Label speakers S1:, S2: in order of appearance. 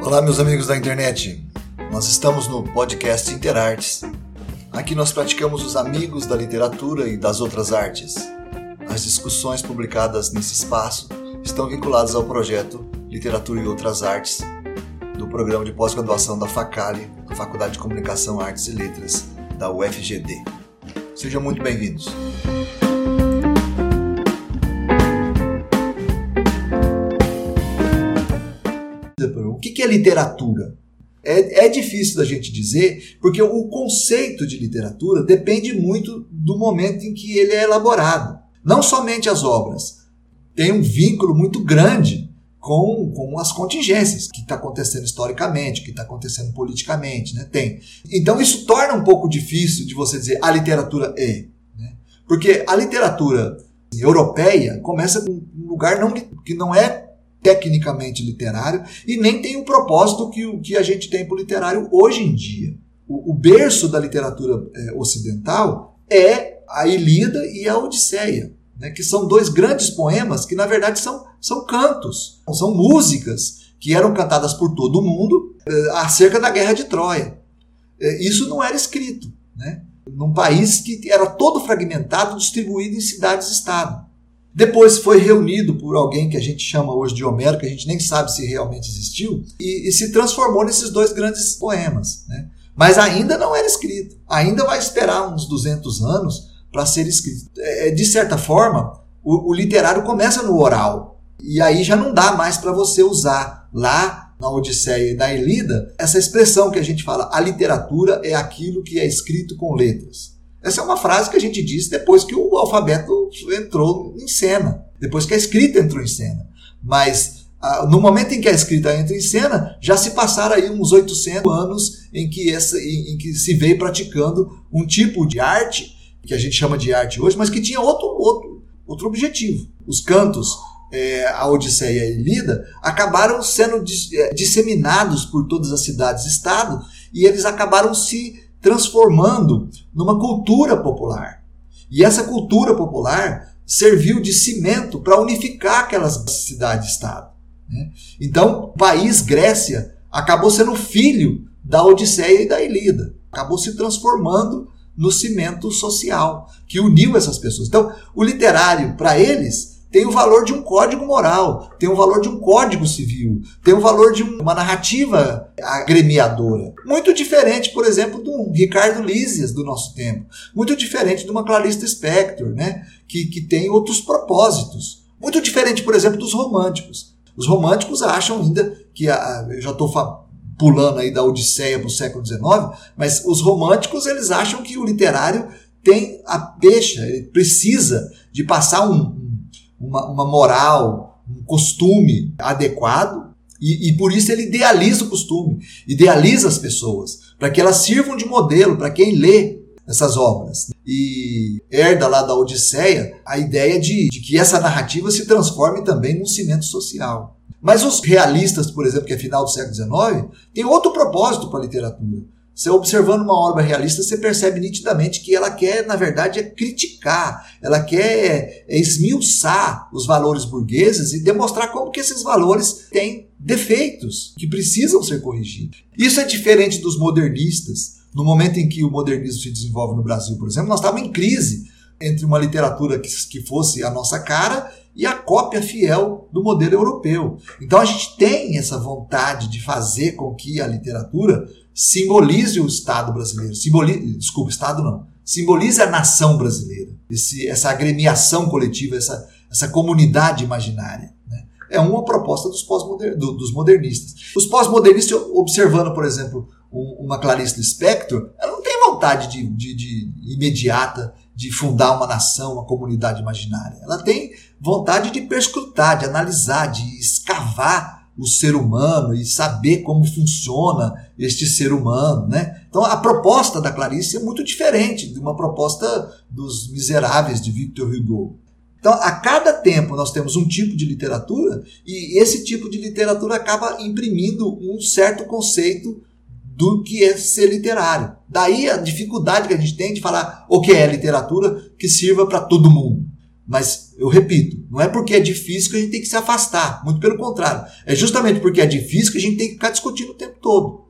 S1: Olá, meus amigos da internet. Nós estamos no podcast Interartes. Aqui nós praticamos os amigos da literatura e das outras artes. As discussões publicadas nesse espaço estão vinculadas ao projeto Literatura e Outras Artes, do programa de pós-graduação da FACALI, a Faculdade de Comunicação, Artes e Letras, da UFGD. Sejam muito bem-vindos. O que é literatura? É difícil da gente dizer, porque o conceito de literatura depende muito do momento em que ele é elaborado. Não somente as obras. Tem um vínculo muito grande com as contingências, que está acontecendo historicamente, que está acontecendo politicamente. Né? Tem. Então isso torna um pouco difícil de você dizer a literatura é. Né? Porque a literatura europeia começa com um lugar que não é tecnicamente literário e nem tem o propósito que a gente tem para o literário hoje em dia. O berço da literatura ocidental é a Ilíada e a Odisseia, né, que são dois grandes poemas que, na verdade, são cantos, são músicas que eram cantadas por todo mundo acerca da Guerra de Troia. Isso não era escrito, né, num país que era todo fragmentado, distribuído em cidades-estado. Depois foi reunido por alguém que a gente chama hoje de Homero, que a gente nem sabe se realmente existiu, e se transformou nesses dois grandes poemas. Né? Mas ainda não era escrito. Ainda vai esperar uns 200 anos para ser escrito. De certa forma, o literário começa no oral. E aí já não dá mais para você usar lá na Odisseia e na Ilíada essa expressão que a gente fala, a literatura é aquilo que é escrito com letras. Essa é uma frase que a gente diz depois que o alfabeto entrou em cena, depois que a escrita entrou em cena. Mas no momento em que a escrita entra em cena, já se passaram aí uns 800 anos em que se veio praticando um tipo de arte, que a gente chama de arte hoje, mas que tinha outro objetivo. Os cantos, a Odisseia e a Ilíada, acabaram sendo disseminados por todas as cidades-estado e eles acabaram se transformando numa cultura popular. E essa cultura popular serviu de cimento para unificar aquelas cidades-estado. Né? Então, o país Grécia acabou sendo filho da Odisseia e da Ilíada. Acabou se transformando no cimento social que uniu essas pessoas. Então, o literário, para eles, tem o valor de um código moral, tem o valor de um código civil, tem o valor de uma narrativa agremiadora. Muito diferente, por exemplo, do Ricardo Lísias do nosso tempo. Muito diferente de uma Clarice Lispector, né? que tem outros propósitos. Muito diferente, por exemplo, dos românticos. Os românticos acham ainda que, eu já estou pulando aí da Odisseia para o século XIX, mas os românticos eles acham que o literário tem a pecha, ele precisa de passar uma moral, um costume adequado e por isso ele idealiza o costume, idealiza as pessoas, para que elas sirvam de modelo para quem lê essas obras. E herda lá da Odisseia a ideia de que essa narrativa se transforme também num cimento social. Mas os realistas, por exemplo, que é final do século XIX, tem outro propósito para a literatura. Você observando uma obra realista, você percebe nitidamente que ela quer, na verdade, criticar, ela quer esmiuçar os valores burgueses e demonstrar como que esses valores têm defeitos que precisam ser corrigidos. Isso é diferente dos modernistas. No momento em que o modernismo se desenvolve no Brasil, por exemplo, nós estávamos em crise entre uma literatura que fosse a nossa cara e a cópia fiel do modelo europeu. Então a gente tem essa vontade de fazer com que a literatura simbolize o Estado brasileiro. Simbolize a nação brasileira. Essa agremiação coletiva, essa comunidade imaginária. Né? É uma proposta dos modernistas. Os pós-modernistas, observando, por exemplo, uma Clarice Lispector, ela não tem vontade de imediata de fundar uma nação, uma comunidade imaginária. Ela tem vontade de perscrutar, de analisar, de escavar o ser humano e saber como funciona este ser humano, né? Então a proposta da Clarice é muito diferente de uma proposta dos Miseráveis de Victor Hugo. Então a cada tempo nós temos um tipo de literatura e esse tipo de literatura acaba imprimindo um certo conceito do que é ser literário. Daí a dificuldade que a gente tem de falar o que é literatura que sirva para todo mundo. Mas, eu repito, não é porque é difícil que a gente tem que se afastar. Muito pelo contrário. É justamente porque é difícil que a gente tem que ficar discutindo o tempo todo.